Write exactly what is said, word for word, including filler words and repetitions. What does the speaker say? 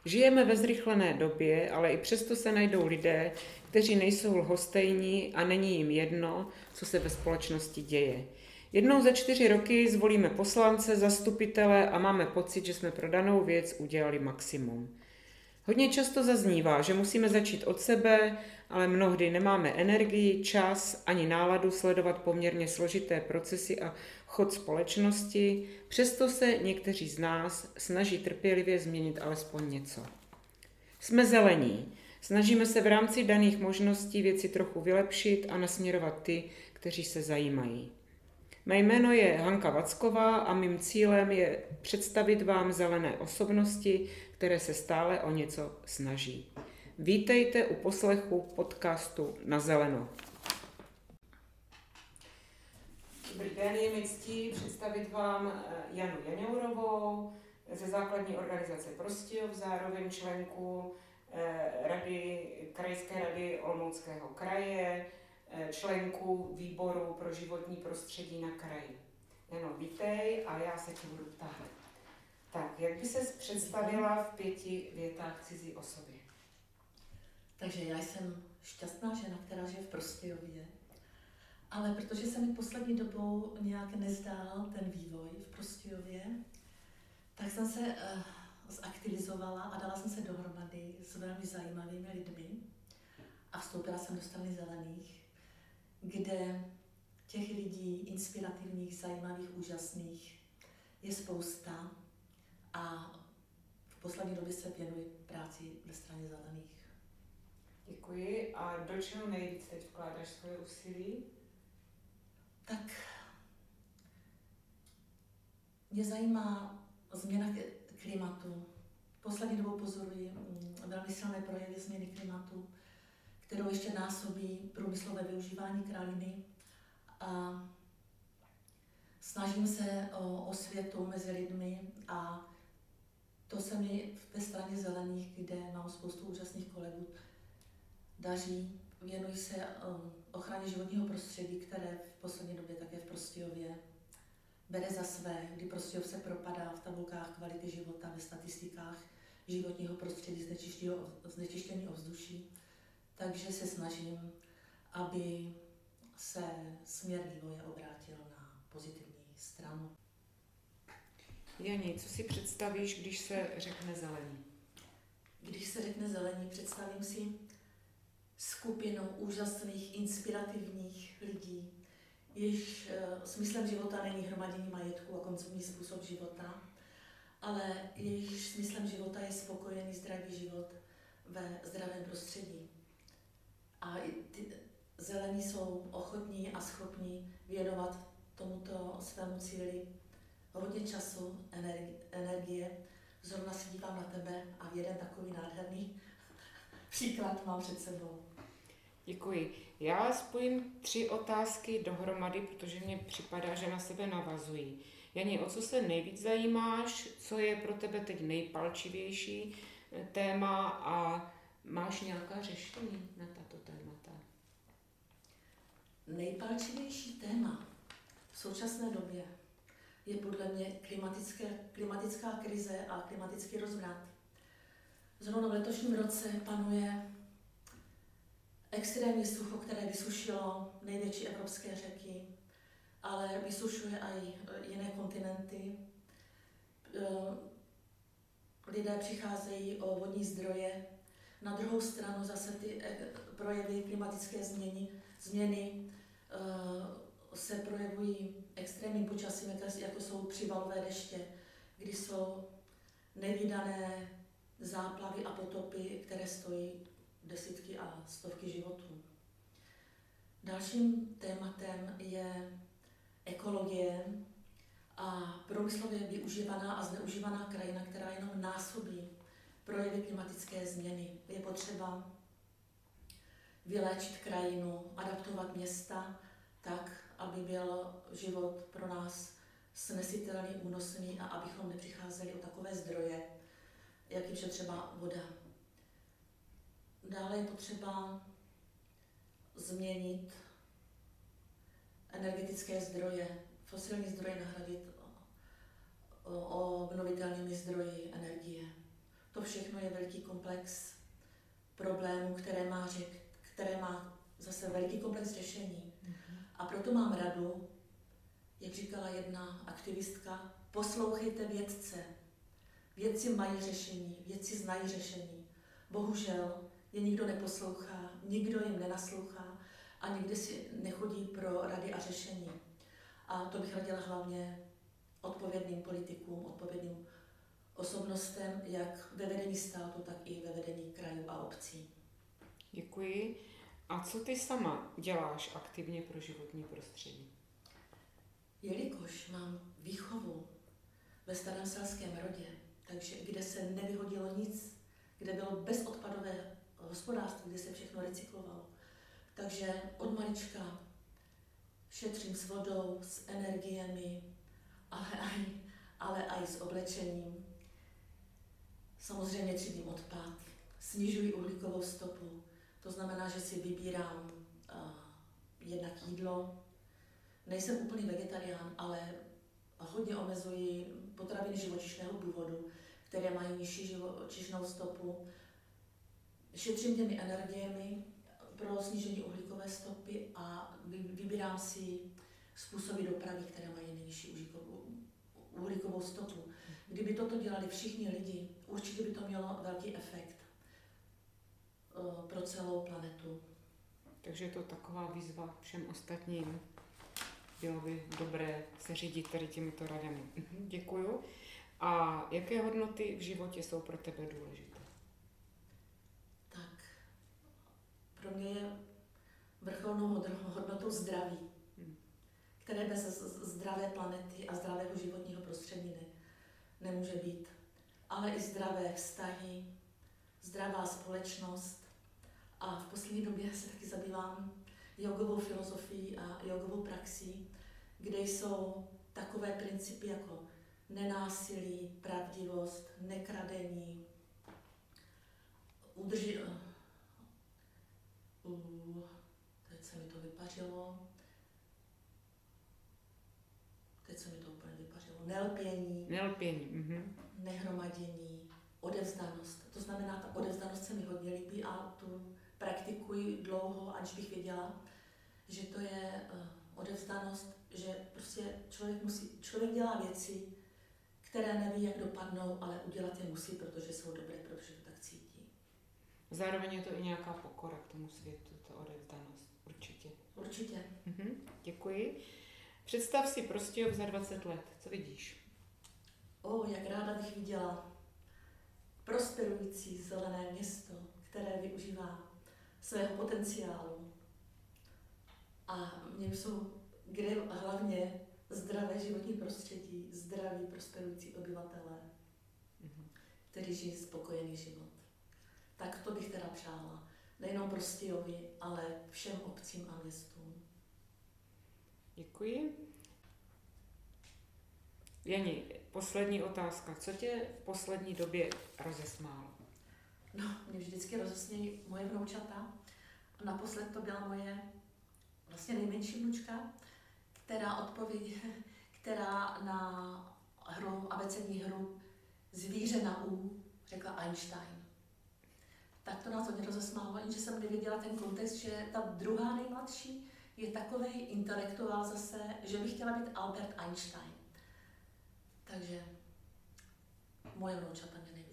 Žijeme ve zrychlené době, ale i přesto se najdou lidé, kteří nejsou lhostejní a není jim jedno, co se ve společnosti děje. Jednou za čtyři roky zvolíme poslance, zastupitele a máme pocit, že jsme pro danou věc udělali maximum. Hodně často zaznívá, že musíme začít od sebe, ale mnohdy nemáme energii, čas ani náladu sledovat poměrně složité procesy a chod společnosti, přesto se někteří z nás snaží trpělivě změnit alespoň něco. Jsme zelení, snažíme se v rámci daných možností věci trochu vylepšit a nasměrovat ty, kteří se zajímají. Mé jméno je Hanka Vacková a mým cílem je představit vám zelené osobnosti, které se stále o něco snaží. Vítejte u poslechu podcastu Na zeleno. Dobrý den, je mi ctí představit vám Janu Jaňourovou ze základní organizace Prostějov, zároveň členku rady, krajské rady Olomouckého kraje, členku výboru pro životní prostředí na kraji. Jano, vítej a já se tě budu ptát. Tak, jak by ses představila v pěti větách cizí osobě? Takže já jsem šťastná žena, která žije v Prostějově, ale protože se mi poslední dobou nějak nezdál ten vývoj v Prostějově, tak jsem se uh, zaktivizovala a dala jsem se dohromady s velmi zajímavými lidmi a vstoupila jsem do strany zelených, kde těch lidí inspirativních, zajímavých, úžasných je spousta a v poslední době se věnuji práci ve straně zelených. Děkuji. A do čeho nejvíc teď vkládáš svoje úsilí? Tak mě zajímá změna klimatu. Poslední dobou pozoruji velmi silné projevy změny klimatu, kterou ještě násobí průmyslové využívání krajiny. A snažím se o osvětu mezi lidmi a to se mi ve straně zelených, kde mám spoustu úžasných kolegů, daří. Věnuji se ochraně životního prostředí, které v poslední době také v Prostějově bere za své, kdy Prostějov se propadá v tabulkách kvality života, ve statistikách životního prostředí, znečištění ovzduší. Takže se snažím, aby se směr vývoje obrátil na pozitivní stranu. Jani, co si představíš, když se řekne zelení? Když se řekne zelení, představím si skupinu úžasných, inspirativních lidí, jejichž uh, smyslem života není hromadění majetku a konzumní způsob života, ale jejichž smyslem života je spokojený, zdravý život ve zdravém prostředí. A ty zelení jsou ochotní a schopní věnovat tomuto svému cíli hodně času, energie. Zrovna se dívám na tebe a jeden takový nádherný příklad mám před sebou. Děkuji. Já spojím tři otázky dohromady, protože mně připadá, že na sebe navazují. Jani, o co se nejvíc zajímáš, co je pro tebe teď nejpalčivější téma a máš nějaká řešení na tato témata? Nejpalčivější téma v současné době je podle mě klimatické, klimatická krize a klimatický rozvrat. Zrovna v letošním roce panuje extrémní sucho, které vysušilo největší evropské řeky, ale vysušuje i jiné kontinenty. Lidé přicházejí o vodní zdroje. Na druhou stranu zase ty projevy klimatické změny, změny se projevují extrémním počasím, jako jsou přívalové deště, kdy jsou nevídané záplavy a potopy, které stojí desítky a stovky životů. Dalším tématem je ekologie a průmyslově využívaná a zneužívaná krajina, která jenom násobí projevy klimatické změny. Je potřeba vyléčit krajinu, adaptovat města tak, aby byl život pro nás snesitelný, únosný a abychom nepřicházeli o takové zdroje, jakým je třeba voda. Dále je potřeba změnit energetické zdroje, fosilní zdroje nahradit obnovitelnými zdroji energie. To všechno je velký komplex problémů, které má, řek, které má zase veliký komplex řešení. Mm-hmm. A proto mám radu, jak říkala jedna aktivistka, poslouchejte vědce. Vědci mají řešení, vědci znají řešení. Bohužel je nikdo neposlouchá, nikdo jim nenaslouchá a nikdy si nechodí pro rady a řešení. A to bych radila hlavně odpovědným politikům, odpovědným osobnostem, jak ve vedení státu, tak i ve vedení krajů a obcí. Děkuji. A co ty sama děláš aktivně pro životní prostředí? Jelikož mám výchovu ve Starém Selském Rodě, takže kde se nevyhodilo nic, kde bylo bezodpadové hospodářství, kde se všechno recyklovalo, takže od malička šetřím s vodou, s energiemi, ale aj, ale aj s oblečením. Samozřejmě třídím odpad, snižuji uhlíkovou stopu, to znamená, že si vybírám uh, jednak jídlo. Nejsem úplný vegetarián, ale hodně omezuji potraviny živočišného původu, které mají nižší živočišnou stopu. Šetřím těmi energiemi pro snížení uhlíkové stopy a vybírám si způsoby dopravy, které mají nejnižší uhlíkovou stopu. Kdyby toto dělali všichni lidi, určitě by to mělo velký efekt pro celou planetu. Takže je to taková výzva všem ostatním. Bylo by dobré se řídit tady těmito radami. Děkuju. A jaké hodnoty v životě jsou pro tebe důležité? Tak, pro mě je vrcholnou hodnotou zdraví, hmm. které bez zdravé planety a zdravého životního prostředí ne, nemůže být. Ale i zdravé vztahy, zdravá společnost. A v poslední době se taky zabývám jogovou filozofií a jogovou praxí, kde jsou takové principy jako nenásilí, pravdivost, nekradení, udrži... Uh, teď se mi to vypařilo. Teď se mi to úplně vypařilo. Nelpění. Nelpění. Mhm. Nehromadění, odevzdanost. To znamená, ta odevzdanost se mi hodně líbí a tu praktikuji dlouho, aniž bych věděla, že to je uh, odevzdanost, že prostě člověk musí, člověk dělá věci, které neví, jak dopadnou, ale udělat je musí, protože jsou dobré, protože to tak cítí. Zároveň je to i nějaká pokora k tomu světu, ta odevzdanost, určitě. Určitě. Mhm, děkuji. Představ si Prostějov za dvacet let, co vidíš? O, jak ráda bych viděla prosperující zelené město, které využívá svého potenciálu. A v něm jsou kde hlavně zdravé životní prostředí, zdraví, prosperující obyvatelé, mm-hmm. kteří žijí spokojený život. Tak to bych teda přála. Nejenom Prostějovi, ale všem obcím a městům. Děkuji. Jani, poslední otázka. Co tě v poslední době rozesmálo? No, mě vždycky rozesmějí moje vnoučata. Naposled to byla moje vlastně nejmenší vnučka, která odpověď, která na hru, abecední hru Zvíře na U řekla Einstein. Tak to nás hodně rozesmálo, jenže jsem nevěděla ten kontext, že ta druhá nejmladší je takovej intelektuál zase, že bych chtěla být Albert Einstein. Takže moje vnoučata mě nejvíc